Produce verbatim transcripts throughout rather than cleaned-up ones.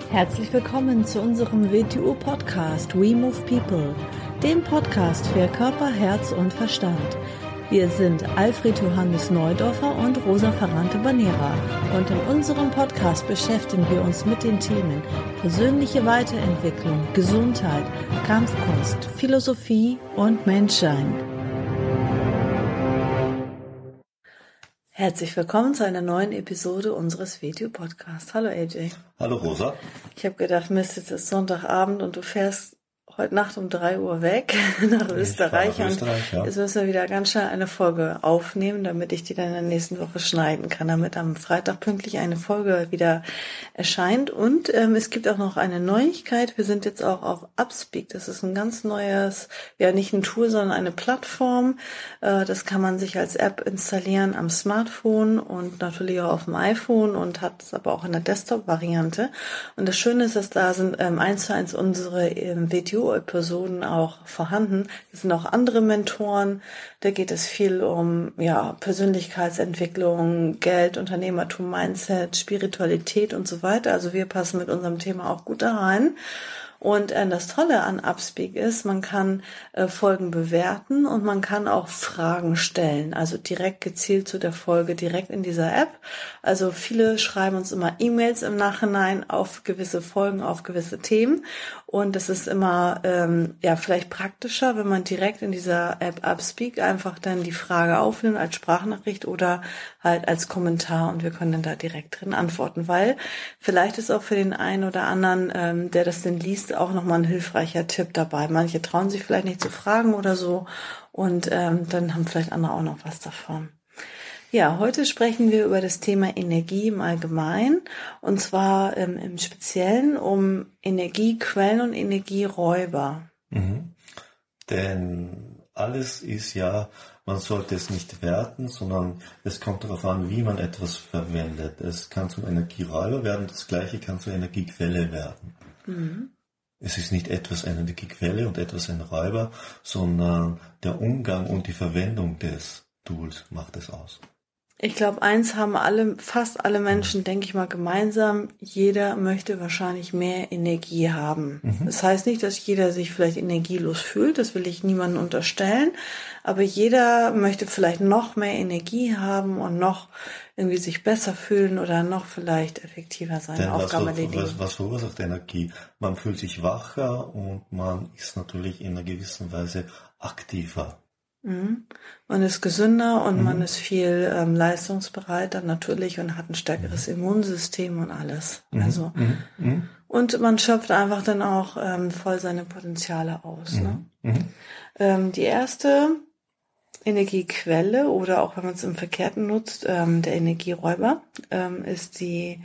Herzlich willkommen zu unserem W T U-Podcast We Move People, dem Podcast für Körper, Herz und Verstand. Wir sind Alfred Johannes Neudorfer und Rosa Ferrante-Banera und in unserem Podcast beschäftigen wir uns mit den Themen persönliche Weiterentwicklung, Gesundheit, Kampfkunst, Philosophie und Menschsein. Herzlich willkommen zu einer neuen Episode unseres W T U-Podcasts. Hallo A J. Hallo Rosa. Ich habe gedacht, Mist, jetzt ist Sonntagabend und du fährst heute Nacht um drei Uhr weg nach Österreich. Nach Österreich, ja. Jetzt müssen wir wieder ganz schnell eine Folge aufnehmen, damit ich die dann in der nächsten Woche schneiden kann, damit am Freitag pünktlich eine Folge wieder erscheint. Und ähm, es gibt auch noch eine Neuigkeit. Wir sind jetzt auch auf Upspeak. Das ist ein ganz neues, ja nicht ein Tool, sondern eine Plattform. Äh, das kann man sich als App installieren am Smartphone und natürlich auch auf dem iPhone und hat es aber auch in der Desktop-Variante. Und das Schöne ist, dass da sind ähm, eins zu eins unsere ähm, W T U Personen auch vorhanden. Es sind auch andere Mentoren. Da geht es viel um ja Persönlichkeitsentwicklung, Geld, Unternehmertum, Mindset, Spiritualität und so weiter. Also wir passen mit unserem Thema auch gut da rein. Und äh, das Tolle an Upspeak ist, man kann äh, Folgen bewerten und man kann auch Fragen stellen, also direkt gezielt zu der Folge, direkt in dieser App. Also viele schreiben uns immer E-Mails im Nachhinein auf gewisse Folgen, auf gewisse Themen. Und es ist immer ähm, ja vielleicht praktischer, wenn man direkt in dieser App Upspeak einfach dann die Frage aufnimmt als Sprachnachricht oder halt als Kommentar und wir können dann da direkt drin antworten, weil vielleicht ist auch für den einen oder anderen, ähm, der das denn liest, auch nochmal ein hilfreicher Tipp dabei. Manche trauen sich vielleicht nicht zu fragen oder so und ähm, dann haben vielleicht andere auch noch was davon. Ja, heute sprechen wir über das Thema Energie im Allgemeinen und zwar ähm, im Speziellen um Energiequellen und Energieräuber. Mhm. Denn alles ist ja, man sollte es nicht werten, sondern es kommt darauf an, wie man etwas verwendet. Es kann zum Energieräuber werden, das Gleiche kann zur Energiequelle werden. Mhm. Es ist nicht etwas eine Energiequelle und etwas ein Räuber, sondern der Umgang und die Verwendung des Tools macht es aus. Ich glaube, eins haben alle, fast alle Menschen, denke ich mal, gemeinsam. Jeder möchte wahrscheinlich mehr Energie haben. Mhm. Das heißt nicht, dass jeder sich vielleicht energielos fühlt. Das will ich niemandem unterstellen. Aber jeder möchte vielleicht noch mehr Energie haben und noch irgendwie sich besser fühlen oder noch vielleicht effektiver seine Aufgaben erledigen. Was, was verursacht Energie? Man fühlt sich wacher und man ist natürlich in einer gewissen Weise aktiver. Mhm. Man ist gesünder und mhm. man ist viel ähm, leistungsbereiter natürlich und hat ein stärkeres Immunsystem und alles. Mhm. Also mhm. und man schöpft einfach dann auch ähm, voll seine Potenziale aus. Mhm. Ne? Mhm. Ähm, die erste Energiequelle oder auch wenn man es im Verkehrten nutzt, ähm, der Energieräuber ähm, ist die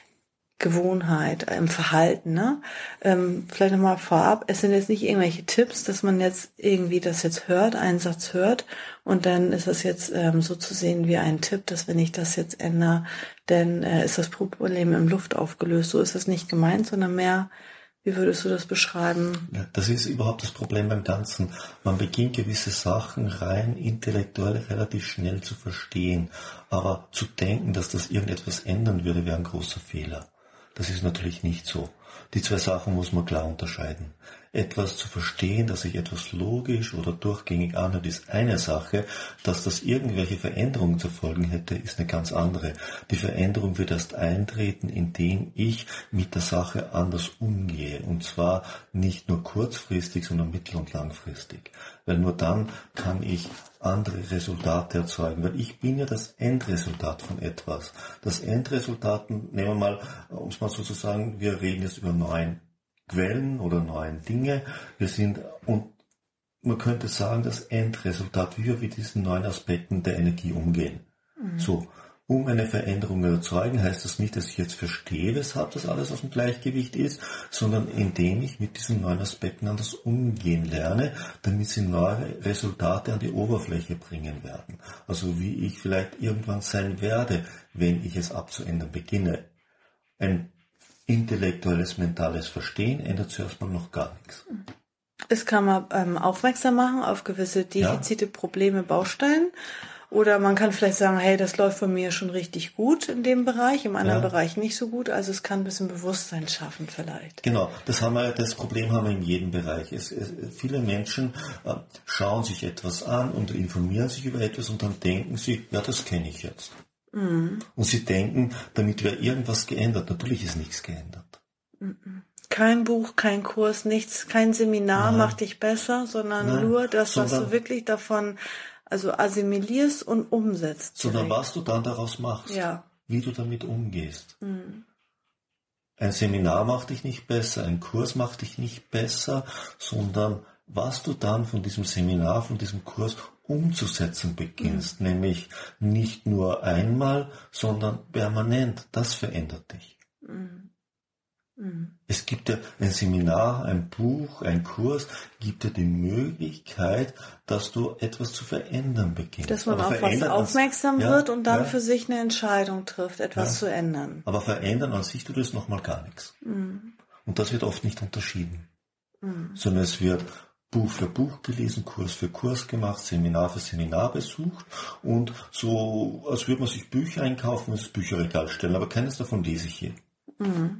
Gewohnheit im Verhalten, ne? Ähm, vielleicht nochmal vorab, es sind jetzt nicht irgendwelche Tipps, dass man jetzt irgendwie das jetzt hört, einen Satz hört und dann ist das jetzt ähm, so zu sehen wie ein Tipp, dass wenn ich das jetzt ändere, dann äh, ist das Problem in Luft aufgelöst. So ist das nicht gemeint, sondern mehr, wie würdest du das beschreiben? Ja, das ist überhaupt das Problem beim Ganzen. Man beginnt gewisse Sachen rein intellektuell relativ schnell zu verstehen, aber zu denken, dass das irgendetwas ändern würde, wäre ein großer Fehler. Das ist natürlich nicht so. Die zwei Sachen muss man klar unterscheiden. Etwas zu verstehen, dass sich etwas logisch oder durchgängig anhört, ist eine Sache. Dass das irgendwelche Veränderungen zur Folge hätte, ist eine ganz andere. Die Veränderung wird erst eintreten, indem ich mit der Sache anders umgehe. Und zwar nicht nur kurzfristig, sondern mittel- und langfristig. Weil nur dann kann ich andere Resultate erzeugen, weil ich bin ja das Endresultat von etwas. Das Endresultat, nehmen wir mal, um es mal so zu sagen, wir reden jetzt über neun Quellen oder neun Dinge. Wir sind, und man könnte sagen, das Endresultat, wie wir mit diesen neun Aspekten der Energie umgehen. Mhm. So. Um eine Veränderung zu erzeugen, heißt das nicht, dass ich jetzt verstehe, weshalb das alles aus dem Gleichgewicht ist, sondern indem ich mit diesen neuen Aspekten anders umgehen lerne, damit sie neue Resultate an die Oberfläche bringen werden. Also wie ich vielleicht irgendwann sein werde, wenn ich es abzuändern beginne. Ein intellektuelles, mentales Verstehen ändert zuerst mal noch gar nichts. Es kann man ähm, aufmerksam machen auf gewisse Defizite, ja. Probleme, Baustellen. Oder man kann vielleicht sagen, hey, das läuft bei mir schon richtig gut in dem Bereich, im anderen Ja. Bereich nicht so gut. Also es kann ein bisschen Bewusstsein schaffen vielleicht. Genau, das haben wir, das Problem haben wir in jedem Bereich. Es, es, viele Menschen äh, schauen sich etwas an und informieren sich über etwas und dann denken sie, ja, das kenne ich jetzt. Mhm. Und sie denken, damit wäre irgendwas geändert. Natürlich ist nichts geändert. Kein Buch, kein Kurs, nichts, kein Seminar Nein. macht dich besser, sondern Nein. nur das, Sondern, was du wirklich davon also assimilierst und umsetzt. Sondern direkt. was du dann daraus machst, Ja. wie du damit umgehst. Mhm. Ein Seminar macht dich nicht besser, ein Kurs macht dich nicht besser, sondern was du dann von diesem Seminar, von diesem Kurs umzusetzen beginnst, mhm. nämlich nicht nur einmal, sondern permanent, das verändert dich. Mhm. Mhm. Es gibt ja ein Seminar, ein Buch, ein Kurs, gibt dir die Möglichkeit, dass du etwas zu verändern beginnst. Dass man Aber auf was aufmerksam ja, wird und dann ja. für sich eine Entscheidung trifft, etwas ja. zu ändern. Aber verändern an sich tut es nochmal gar nichts. Mhm. Und das wird oft nicht unterschieden. Mhm. Sondern es wird Buch für Buch gelesen, Kurs für Kurs gemacht, Seminar für Seminar besucht und so, als würde man sich Bücher einkaufen und ins Bücherregal stellen. Aber keines davon lese ich hier. Mhm.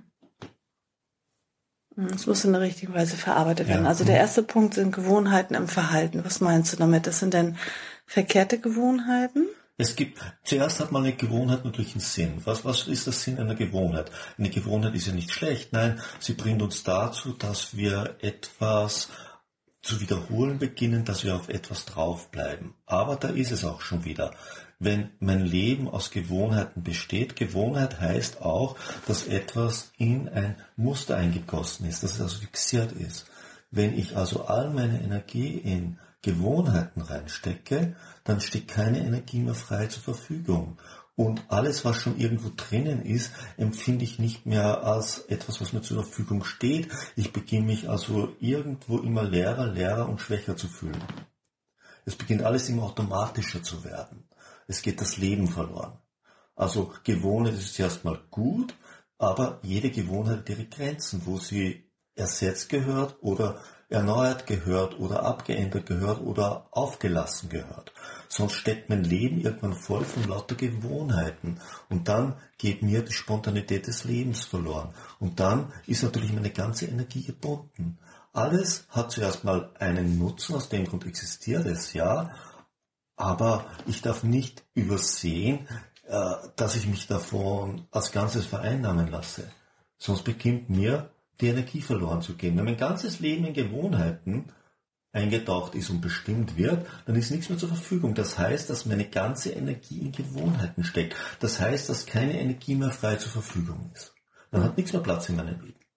Es muss in der richtigen Weise verarbeitet werden. Ja. Also der erste Punkt sind Gewohnheiten im Verhalten. Was meinst du damit? Das sind denn verkehrte Gewohnheiten? Es gibt, zuerst hat man eine Gewohnheit natürlich einen Sinn. Was, was ist der Sinn einer Gewohnheit? Eine Gewohnheit ist ja nicht schlecht. Nein, sie bringt uns dazu, dass wir etwas zu wiederholen beginnen, dass wir auf etwas draufbleiben. Aber da ist es auch schon wieder. Wenn mein Leben aus Gewohnheiten besteht, Gewohnheit heißt auch, dass etwas in ein Muster eingegossen ist, dass es also fixiert ist. Wenn ich also all meine Energie in Gewohnheiten reinstecke, dann steht keine Energie mehr frei zur Verfügung. Und alles, was schon irgendwo drinnen ist, empfinde ich nicht mehr als etwas, was mir zur Verfügung steht. Ich beginne mich also irgendwo immer leerer, leerer und schwächer zu fühlen. Es beginnt alles immer automatischer zu werden. Es geht das Leben verloren. Also Gewohnheit ist erstmal gut, aber jede Gewohnheit hat ihre Grenzen, wo sie ersetzt gehört oder erneuert gehört oder abgeändert gehört oder aufgelassen gehört. Sonst steckt mein Leben irgendwann voll von lauter Gewohnheiten und dann geht mir die Spontanität des Lebens verloren. Und dann ist natürlich meine ganze Energie gebunden. Alles hat zuerst mal einen Nutzen, aus dem Grund existiert es, ja, aber ich darf nicht übersehen, dass ich mich davon als Ganzes vereinnahmen lasse. Sonst beginnt mir die Energie verloren zu gehen. Wenn mein ganzes Leben in Gewohnheiten eingetaucht ist und bestimmt wird, dann ist nichts mehr zur Verfügung. Das heißt, dass meine ganze Energie in Gewohnheiten steckt. Das heißt, dass keine Energie mehr frei zur Verfügung ist. Dann hat nichts mehr Platz in meinem Leben.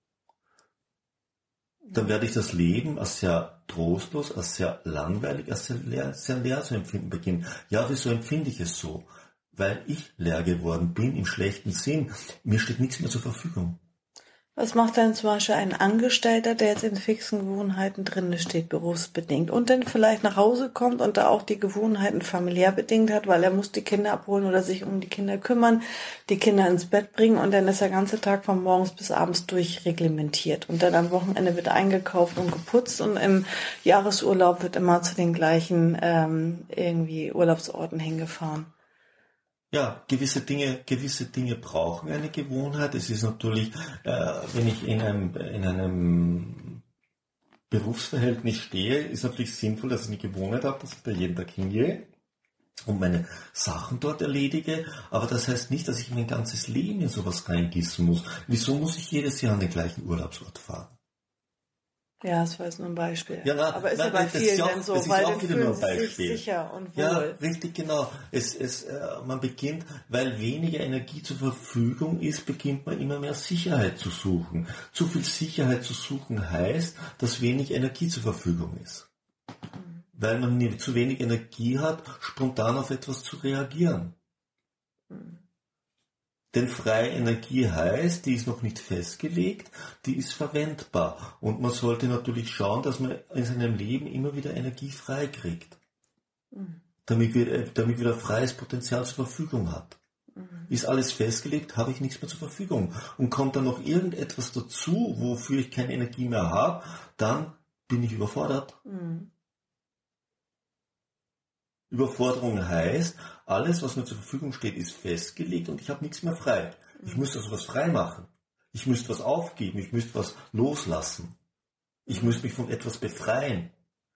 Dann werde ich das Leben als sehr trostlos, als sehr langweilig, als sehr leer, sehr leer zu empfinden beginnen. Ja, wieso empfinde ich es so? Weil ich leer geworden bin, im schlechten Sinn. Mir steht nichts mehr zur Verfügung. Was macht dann zum Beispiel ein Angestellter, der jetzt in fixen Gewohnheiten drin steht, berufsbedingt und dann vielleicht nach Hause kommt und da auch die Gewohnheiten familiär bedingt hat, weil er muss die Kinder abholen oder sich um die Kinder kümmern, die Kinder ins Bett bringen und dann ist der ganze Tag von morgens bis abends durchreglementiert und dann am Wochenende wird eingekauft und geputzt und im Jahresurlaub wird immer zu den gleichen ähm, irgendwie Urlaubsorten hingefahren. Ja, gewisse Dinge, gewisse Dinge brauchen eine Gewohnheit. Es ist natürlich, äh, wenn ich in einem, in einem Berufsverhältnis stehe, ist natürlich sinnvoll, dass ich eine Gewohnheit habe, dass ich da jeden Tag hingehe und meine Sachen dort erledige. Aber das heißt nicht, dass ich mein ganzes Leben in sowas reingießen muss. Wieso muss ich jedes Jahr an den gleichen Urlaubsort fahren? Ja, das war jetzt nur ein Beispiel. Ja, na, aber ist na, ja bei das vielen ist auch, dann so, das ist weil auch dann wieder nur fühlen ein sie sich Beispiel. sicher und wohl. Ja, richtig, genau. Es, es, äh, man beginnt, weil weniger Energie zur Verfügung ist, beginnt man immer mehr Sicherheit zu suchen. Zu viel Sicherheit zu suchen heißt, dass wenig Energie zur Verfügung ist. Mhm. Weil man nie, zu wenig Energie hat, spontan auf etwas zu reagieren. Mhm. Denn freie Energie heißt, die ist noch nicht festgelegt, die ist verwendbar. Und man sollte natürlich schauen, dass man in seinem Leben immer wieder Energie frei kriegt. Mhm. Damit, wir, damit wieder freies Potenzial zur Verfügung hat. Mhm. Ist alles festgelegt, habe ich nichts mehr zur Verfügung. Und kommt dann noch irgendetwas dazu, wofür ich keine Energie mehr habe, dann bin ich überfordert. Mhm. Überforderung heißt, alles, was mir zur Verfügung steht, ist festgelegt und ich habe nichts mehr frei. Ich müsste also was frei machen. Ich müsste was aufgeben, ich müsste was loslassen. Ich müsste mich von etwas befreien.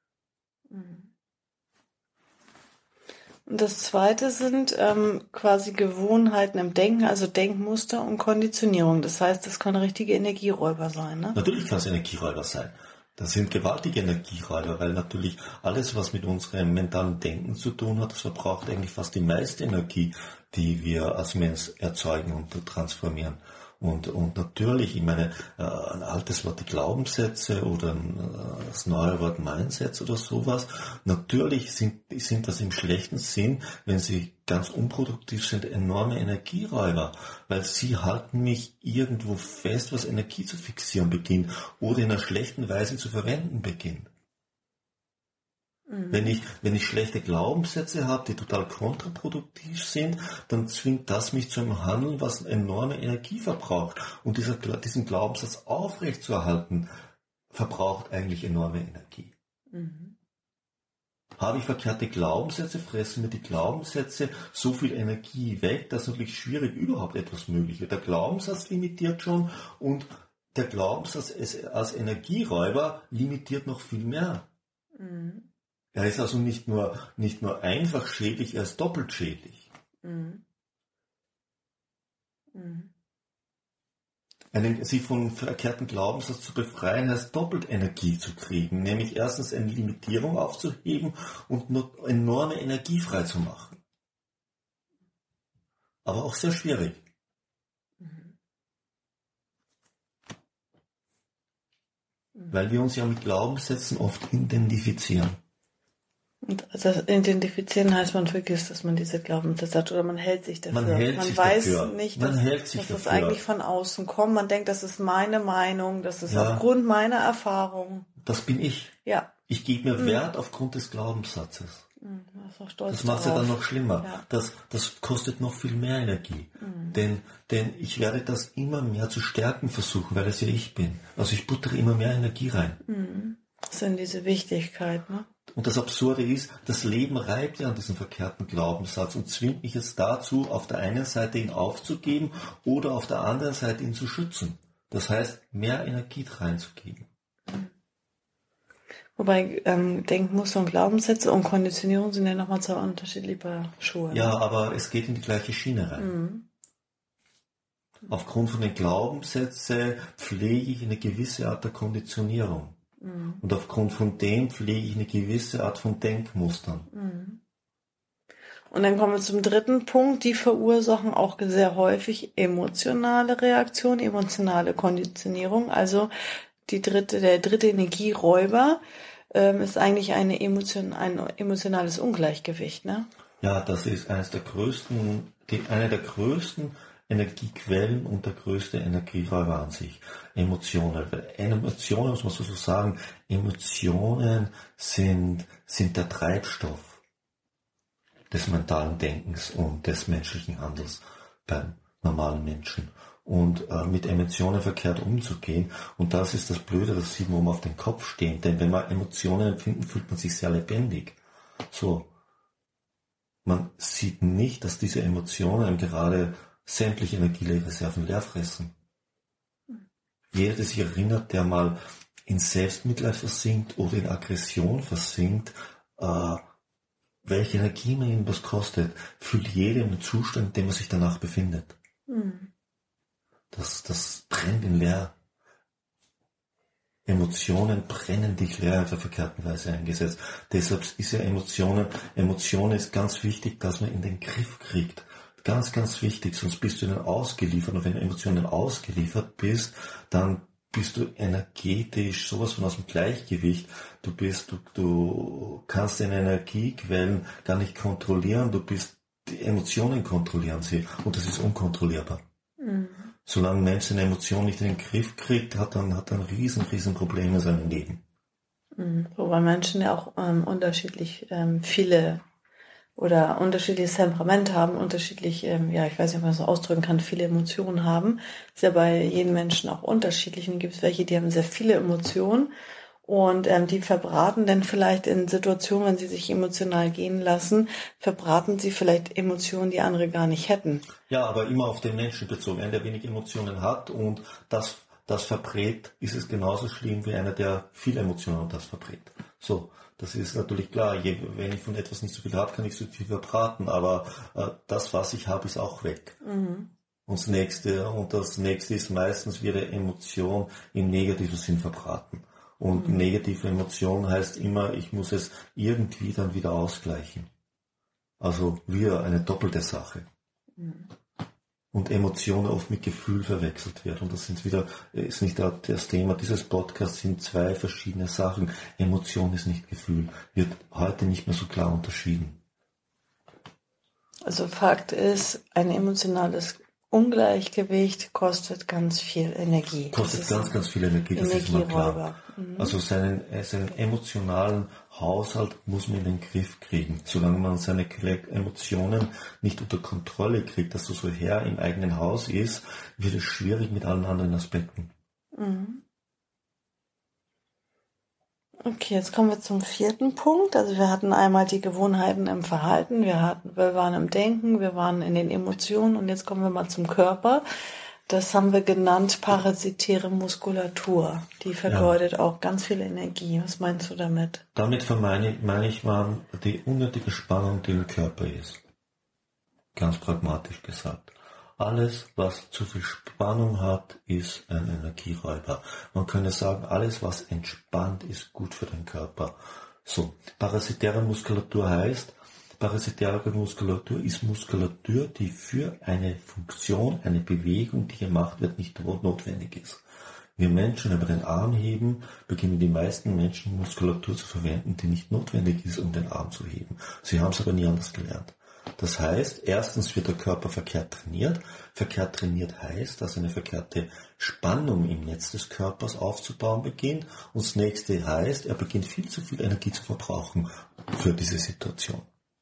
Und das Zweite sind ähm, quasi Gewohnheiten im Denken, also Denkmuster und Konditionierung. Das heißt, das können richtige Energieräuber sein, ne? Natürlich kann es Energieräuber sein. Das sind gewaltige Energieräuber, weil natürlich alles, was mit unserem mentalen Denken zu tun hat, das verbraucht eigentlich fast die meiste Energie, die wir als Mensch erzeugen und transformieren. Und, und natürlich, ich meine, ein altes Wort die Glaubenssätze oder ein, das neue Wort Mindsets oder sowas, natürlich sind, sind das im schlechten Sinn, wenn sie ganz unproduktiv sind, enorme Energieräuber, weil sie halten mich irgendwo fest, was Energie zu fixieren beginnt oder in einer schlechten Weise zu verwenden beginnt. Wenn ich, wenn ich schlechte Glaubenssätze habe, die total kontraproduktiv sind, dann zwingt das mich zu einem Handeln, was enorme Energie verbraucht. Und dieser, diesen Glaubenssatz aufrechtzuerhalten, verbraucht eigentlich enorme Energie. Mhm. Habe ich verkehrte Glaubenssätze, fressen mir die Glaubenssätze so viel Energie weg, dass natürlich schwierig überhaupt etwas möglich wird. Der Glaubenssatz limitiert schon und der Glaubenssatz als Energieräuber limitiert noch viel mehr. Mhm. Er ist also nicht nur, nicht nur einfach schädlich, er ist doppelt schädlich. Mhm. Mhm. Einen, sich von verkehrten Glaubenssatz zu befreien, heißt doppelt Energie zu kriegen, nämlich erstens eine Limitierung aufzuheben und nur enorme Energie frei zu machen. Aber auch sehr schwierig. Mhm. Weil wir uns ja mit Glaubenssätzen oft identifizieren. Und das Identifizieren heißt, man vergisst, dass man diese Glaubenssätze hat oder man hält sich dafür. Man, hält man sich weiß dafür. nicht, man dass, hält sich dass das dafür. eigentlich von außen kommt. Man denkt, das ist meine Meinung, das ist ja. aufgrund meiner Erfahrung. Das bin ich. Ja. Ich gebe mir mhm. Wert aufgrund des Glaubenssatzes. Mhm. Das, das macht es ja dann noch schlimmer. Ja. Das, das kostet noch viel mehr Energie. Mhm. Denn, denn ich werde das immer mehr zu stärken versuchen, weil das ja ich bin. Also ich buttere immer mehr Energie rein. Mhm. Das ist diese Wichtigkeit, ne? Und das Absurde ist, das Leben reibt ja an diesem verkehrten Glaubenssatz und zwingt mich jetzt dazu, auf der einen Seite ihn aufzugeben oder auf der anderen Seite ihn zu schützen. Das heißt, mehr Energie reinzugeben. Wobei ähm, Denkmuster und Glaubenssätze und Konditionierung sind ja nochmal zwei unterschiedliche Paar Schuhe. Ja, aber es geht in die gleiche Schiene rein. Mhm. Aufgrund von den Glaubenssätzen pflege ich eine gewisse Art der Konditionierung. Mhm. Und aufgrund von dem pflege ich eine gewisse Art von Denkmustern. Mhm. Und dann kommen wir zum dritten Punkt. Die verursachen auch sehr häufig emotionale Reaktionen, emotionale Konditionierung. Also die dritte, der dritte Energieräuber ähm, ist eigentlich eine Emotion, ein emotionales Ungleichgewicht, ne? Ja, das ist eines der größten, die, eine der größten Energiequellen und der größte Energieräuber an sich. Emotionen. Emotionen, muss man so sagen, Emotionen sind, sind der Treibstoff des mentalen Denkens und des menschlichen Handels beim normalen Menschen. Und äh, mit Emotionen verkehrt umzugehen. Und das ist das Blöde, das sieht man oben auf den Kopf stehen. Denn wenn man Emotionen empfindet, fühlt man sich sehr lebendig. So. Man sieht nicht, dass diese Emotionen gerade sämtliche Energiereserven leer fressen. Jeder, der sich erinnert, der mal in Selbstmitleid versinkt oder in Aggression versinkt, äh, welche Energie man ihm was kostet, fühlt jeder im Zustand, in dem er sich danach befindet. Mhm. Das, das brennt ihn leer. Emotionen brennen dich leer in der verkehrten Weise eingesetzt. Deshalb ist ja Emotionen, Emotionen ist ganz wichtig, dass man in den Griff kriegt. Ganz, ganz wichtig, sonst bist du ihnen ausgeliefert. Und wenn du Emotionen ausgeliefert bist, dann bist du energetisch sowas von aus dem Gleichgewicht. Du bist, du, du kannst deine Energiequellen gar nicht kontrollieren. Du bist, die Emotionen kontrollieren sie. Und das ist unkontrollierbar. Mhm. Solange ein Mensch seine Emotionen nicht in den Griff kriegt, hat er hat ein riesen, riesen Problem in seinem Leben. Mhm. Wobei Menschen ja auch ähm, unterschiedlich ähm, viele oder unterschiedliches Temperament haben, unterschiedlich, ähm, ja, ich weiß nicht, ob man das so ausdrücken kann, viele Emotionen haben. Ist ja bei jedem Menschen auch unterschiedlich. Und gibt es welche, die haben sehr viele Emotionen Und ähm, die verbraten dann vielleicht in Situationen, wenn sie sich emotional gehen lassen, verbraten sie vielleicht Emotionen, die andere gar nicht hätten. Ja, aber immer auf den Menschen bezogen. Einer, der wenig Emotionen hat und das, das verbrät, ist es genauso schlimm wie einer, der viele Emotionen und das verbrät. So, das ist natürlich klar. Je, wenn ich von etwas nicht so viel habe, kann ich so viel verbraten, aber äh, das, was ich habe, ist auch weg. Mhm. Und das nächste, und das nächste ist meistens wieder Emotion im negativen Sinn verbraten. Und mhm. negative Emotion heißt immer, ich muss es irgendwie dann wieder ausgleichen. Also wieder eine doppelte Sache. Mhm. Und Emotionen oft mit Gefühl verwechselt wird. Und das sind wieder, ist nicht das Thema dieses Podcasts, sind zwei verschiedene Sachen. Emotion ist nicht Gefühl, wird heute nicht mehr so klar unterschieden. Also Fakt ist, ein emotionales Ungleichgewicht kostet ganz viel Energie. Kostet ganz, ganz viel Energie, das ist immer klar. Mhm. Also seinen, seinen emotionalen Haushalt muss man in den Griff kriegen. Solange man seine Emotionen nicht unter Kontrolle kriegt, dass du so Herr im eigenen Haus ist, wird es schwierig mit allen anderen Aspekten. Mhm. Okay, jetzt kommen wir zum vierten Punkt. Also wir hatten einmal die Gewohnheiten im Verhalten, wir hatten, wir waren im Denken, wir waren in den Emotionen und jetzt kommen wir mal zum Körper. Das haben wir genannt parasitäre Muskulatur. Die vergeudet ja auch ganz viel Energie. Was meinst du damit? Damit meine, meine ich mal die unnötige Spannung, die im Körper ist. Ganz pragmatisch gesagt. Alles, was zu viel Spannung hat, ist ein Energieräuber. Man könnte sagen, alles, was entspannt, ist gut für den Körper. So, parasitäre Muskulatur heißt, parasitäre Muskulatur ist Muskulatur, die für eine Funktion, eine Bewegung, die gemacht wird, nicht notwendig ist. Wir Menschen, wenn wir den Arm heben, beginnen die meisten Menschen Muskulatur zu verwenden, die nicht notwendig ist, um den Arm zu heben. Sie haben es aber nie anders gelernt. Das heißt, erstens wird der Körper verkehrt trainiert. Verkehrt trainiert heißt, dass eine verkehrte Spannung im Netz des Körpers aufzubauen beginnt. Und das nächste heißt, er beginnt viel zu viel Energie zu verbrauchen für diese Situation.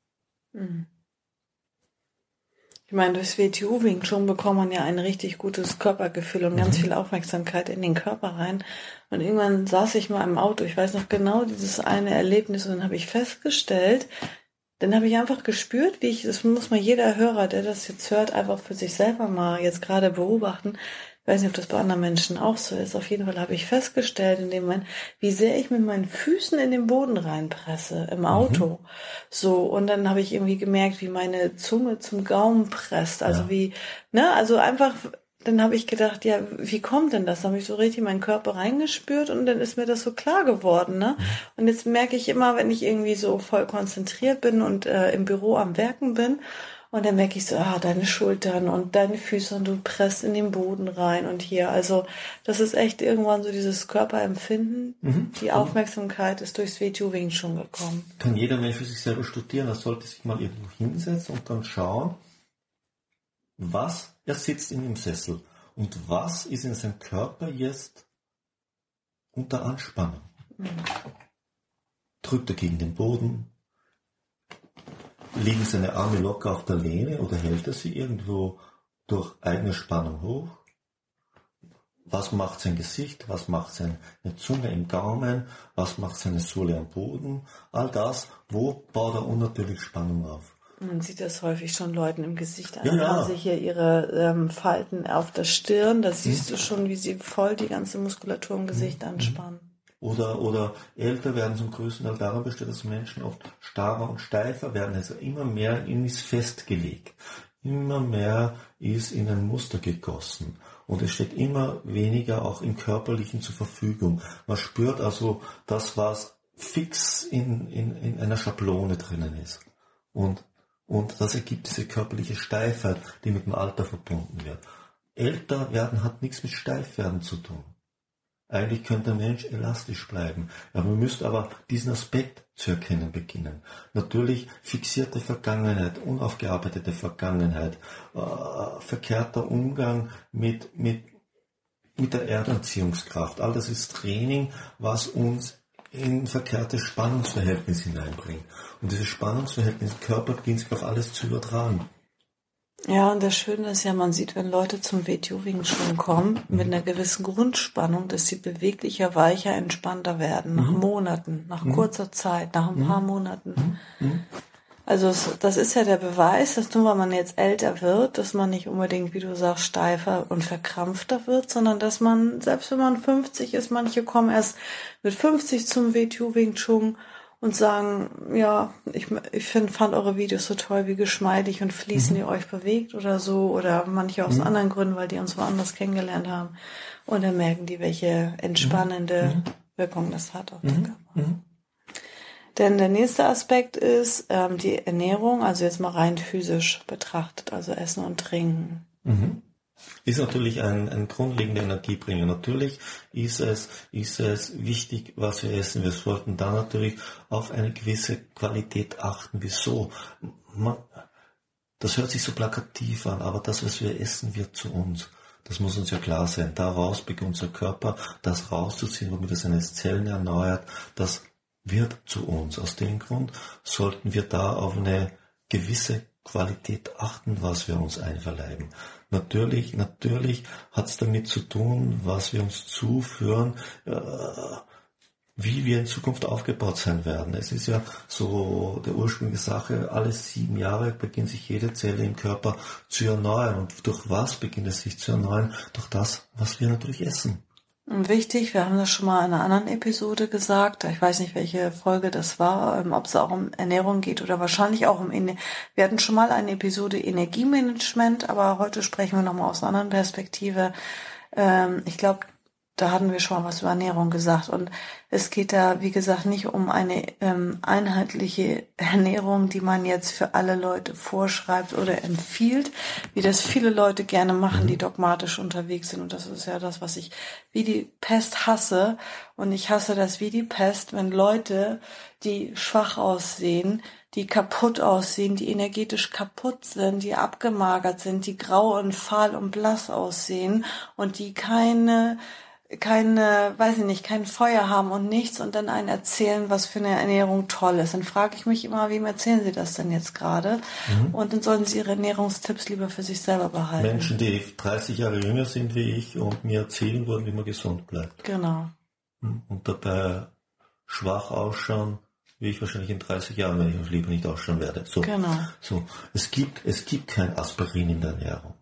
Ich meine, durch W T U Wing Chun bekommt man ja ein richtig gutes Körpergefühl und ganz mhm. viel Aufmerksamkeit in den Körper rein. Und irgendwann saß ich mal im Auto, ich weiß noch genau dieses eine Erlebnis, und dann habe ich festgestellt, dann habe ich einfach gespürt, wie ich, das muss mal jeder Hörer, der das jetzt hört, einfach für sich selber mal jetzt gerade beobachten. Ich weiß nicht, ob das bei anderen Menschen auch so ist. Auf jeden Fall habe ich festgestellt in dem Moment, wie sehr ich mit meinen Füßen in den Boden reinpresse im Auto. Mhm. So, und dann habe ich irgendwie gemerkt, wie meine Zunge zum Gaumen presst. Also ja. wie, ne, also einfach, dann habe ich gedacht, ja, wie kommt denn das? Dann habe ich so richtig in meinen Körper reingespürt und dann ist mir das so klar geworden, ne? Mhm. Und jetzt merke ich immer, wenn ich irgendwie so voll konzentriert bin und äh, im Büro am Werken bin, und dann merke ich so, ah, deine Schultern und deine Füße und du presst in den Boden rein und hier. Also das ist echt irgendwann so dieses Körperempfinden. Mhm. Die Aufmerksamkeit ist durchs W T U Wing Chun gekommen. Kann jeder Mensch für sich selber studieren. Er sollte sich mal irgendwo hinsetzen und dann schauen, was, er sitzt in dem Sessel und was ist in seinem Körper jetzt unter Anspannung. Mhm. Drückt er gegen den Boden? Liegen seine Arme locker auf der Lehne oder hält er sie irgendwo durch eigene Spannung hoch? Was macht sein Gesicht? Was macht seine Zunge im Gaumen? Was macht seine Sohle am Boden? All das, wo baut er unnatürlich Spannung auf? Man sieht das häufig schon Leuten im Gesicht an. Ja, ja. Haben sie hier ihre ähm, Falten auf der Stirn, da siehst hm. du schon, wie sie voll die ganze Muskulatur im Gesicht hm. anspannen. Oder, oder älter werden zum größten Teil daran besteht, dass Menschen oft starrer und steifer werden. Also immer mehr ist festgelegt. Immer mehr ist in ein Muster gegossen. Und es steht immer weniger auch im Körperlichen zur Verfügung. Man spürt also das, was fix in, in, in einer Schablone drinnen ist. Und, und das ergibt diese körperliche Steifheit, die mit dem Alter verbunden wird. Älter werden hat nichts mit Steifwerden zu tun. Eigentlich könnte der Mensch elastisch bleiben. Ja, man müsste aber diesen Aspekt zu erkennen beginnen. Natürlich fixierte Vergangenheit, unaufgearbeitete Vergangenheit, äh, verkehrter Umgang mit, mit, mit der Erdanziehungskraft. All das ist Training, was uns in verkehrtes Spannungsverhältnis hineinbringt. Und dieses Spannungsverhältnis im Körper beginnt sich auf alles zu übertragen. Ja, und das Schöne ist ja, man sieht, wenn Leute zum W T O Wing Chun kommen, mit einer gewissen Grundspannung, dass sie beweglicher, weicher, entspannter werden, nach Mhm. Monaten, nach Mhm. kurzer Zeit, nach ein Mhm. paar Monaten. Mhm. Also es, das ist ja der Beweis, dass nur weil man jetzt älter wird, dass man nicht unbedingt, wie du sagst, steifer und verkrampfter wird, sondern dass man, selbst wenn man fünfzig ist, manche kommen erst mit fünfzig zum W T O Wing Chun und sagen, ja, ich, ich find, fand eure Videos so toll, wie geschmeidig und fließend ihr euch bewegt oder so, oder manche aus Mhm. anderen Gründen, weil die uns woanders kennengelernt haben. Und dann merken die, welche entspannende Mhm. Wirkung das hat auf den Mhm. Körper. Mhm. Denn der nächste Aspekt ist ähm, die Ernährung, also jetzt mal rein physisch betrachtet, also Essen und Trinken. Mhm. Ist natürlich ein, ein grundlegender Energiebringer. Natürlich ist es, ist es wichtig, was wir essen. Wir sollten da natürlich auf eine gewisse Qualität achten. Wieso? Man, das hört sich so plakativ an, aber das, was wir essen, wird zu uns. Das muss uns ja klar sein. Daraus beginnt unser Körper, das rauszuziehen, womit er seine Zellen erneuert, das wird zu uns. Aus dem Grund sollten wir da auf eine gewisse Qualität achten, was wir uns einverleiben. Natürlich, natürlich hat es damit zu tun, was wir uns zuführen, äh, wie wir in Zukunft aufgebaut sein werden. Es ist ja so der Ursprung der Sache, alle sieben Jahre beginnt sich jede Zelle im Körper zu erneuern. Und durch was beginnt es sich zu erneuern? Durch das, was wir natürlich essen. Und wichtig, wir haben das schon mal in einer anderen Episode gesagt, ich weiß nicht, welche Folge das war, ähm, ob es auch um Ernährung geht oder wahrscheinlich auch um Ener- wir hatten schon mal eine Episode Energiemanagement, aber heute sprechen wir nochmal aus einer anderen Perspektive. Ähm, ich glaube, da hatten wir schon mal was über Ernährung gesagt und es geht da, wie gesagt, nicht um eine ähm, einheitliche Ernährung, die man jetzt für alle Leute vorschreibt oder empfiehlt, wie das viele Leute gerne machen, die dogmatisch unterwegs sind. Und das ist ja das, was ich wie die Pest hasse. Und ich hasse das wie die Pest, wenn Leute, die schwach aussehen, die kaputt aussehen, die energetisch kaputt sind, die abgemagert sind, die grau und fahl und blass aussehen und die keine keine, weiß ich nicht, kein Feuer haben und nichts und dann einen erzählen, was für eine Ernährung toll ist. Dann frage ich mich immer, wem erzählen Sie das denn jetzt gerade? Mhm. Und dann sollen Sie Ihre Ernährungstipps lieber für sich selber behalten. Menschen, die dreißig Jahre jünger sind wie ich und mir erzählen wollen, wie man gesund bleibt. Genau. Und dabei schwach ausschauen, wie ich wahrscheinlich in dreißig Jahren, wenn ich lieber nicht ausschauen werde. So. Genau. So. Es gibt, es gibt kein Aspirin in der Ernährung.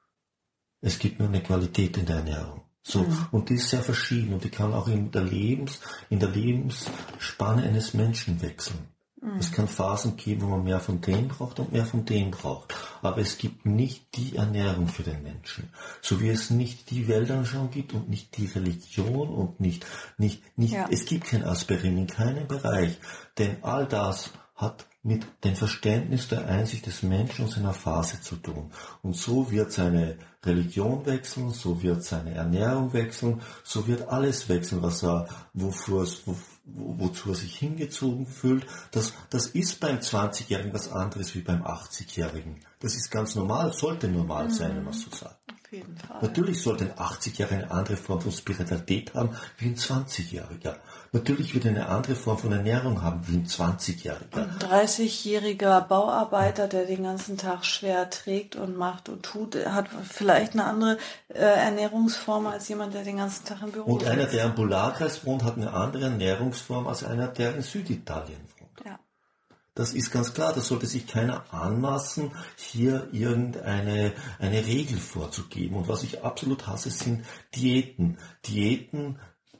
Es gibt nur eine Qualität in der Ernährung. So, mhm. Und die ist sehr verschieden und die kann auch in der Lebens, in der Lebensspanne eines Menschen wechseln. Mhm. Es kann Phasen geben, wo man mehr von dem braucht und mehr von dem braucht. Aber es gibt nicht die Ernährung für den Menschen. So wie es nicht die Weltanschauung gibt und nicht die Religion und nicht, nicht, nicht, ja. Es gibt kein Aspirin in keinem Bereich. Denn all das hat mit dem Verständnis der Einsicht des Menschen und seiner Phase zu tun. Und so wird seine Religion wechseln, so wird seine Ernährung wechseln, so wird alles wechseln, was er, wofür es, wo, wo, wozu er sich hingezogen fühlt. Das, das ist beim zwanzigjährigen was anderes wie beim achtzigjährigen. Das ist ganz normal, sollte normal mhm. sein, wenn man so sagt. Auf jeden Fall. Natürlich sollte ein achtzigjähriger eine andere Form von Spiritualität haben wie ein zwanzigjähriger. Natürlich wird er eine andere Form von Ernährung haben wie ein zwanzigjähriger. Ein dreißigjähriger Bauarbeiter, der den ganzen Tag schwer trägt und macht und tut, hat vielleicht eine andere äh, Ernährungsform als jemand, der den ganzen Tag im Büro Und sitzt. einer, der im Polarkreis wohnt, hat eine andere Ernährungsform als einer, der in Süditalien wohnt. Ja. Das ist ganz klar, da sollte sich keiner anmaßen, hier irgendeine eine Regel vorzugeben. Und was ich absolut hasse, sind Diäten. Diäten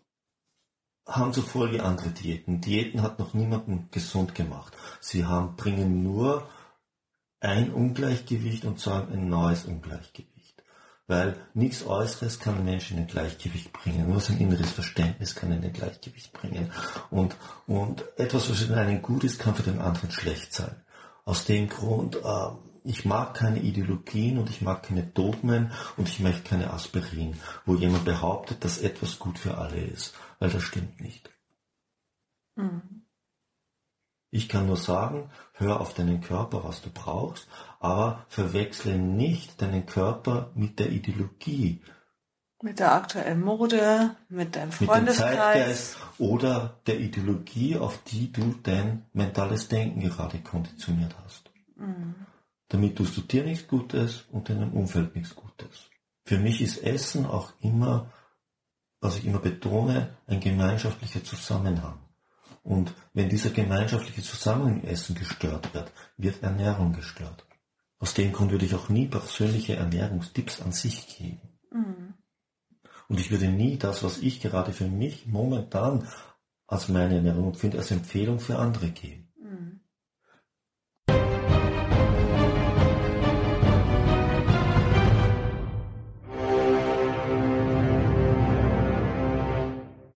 haben zur Folge andere Diäten. Diäten hat noch niemanden gesund gemacht. Sie haben, bringen nur ein Ungleichgewicht und zwar ein neues Ungleichgewicht. Weil nichts Äußeres kann einen Menschen in ein Gleichgewicht bringen. Nur sein inneres Verständnis kann ihn in ein Gleichgewicht bringen. Und, und etwas, was für den einen gut ist, kann für den anderen schlecht sein. Aus dem Grund, äh, ich mag keine Ideologien und ich mag keine Dogmen und ich möchte keine Aspirin, wo jemand behauptet, dass etwas gut für alle ist. Weil das stimmt nicht. Mhm. Ich kann nur sagen, hör auf deinen Körper, was du brauchst, aber verwechsle nicht deinen Körper mit der Ideologie. Mit der aktuellen Mode, mit deinem Freundeskreis. Mit dem Zeitgeist oder der Ideologie, auf die du dein mentales Denken gerade konditioniert hast. Mhm. Damit tust du dir nichts Gutes und deinem Umfeld nichts Gutes. Für mich ist Essen auch immer, was ich immer betone, ein gemeinschaftlicher Zusammenhang. Und wenn dieser gemeinschaftliche Zusammenhang im Essen gestört wird, wird Ernährung gestört. Aus dem Grund würde ich auch nie persönliche Ernährungstipps an sich geben. Mhm. Und ich würde nie das, was ich gerade für mich momentan als meine Ernährung empfinde, als Empfehlung für andere geben.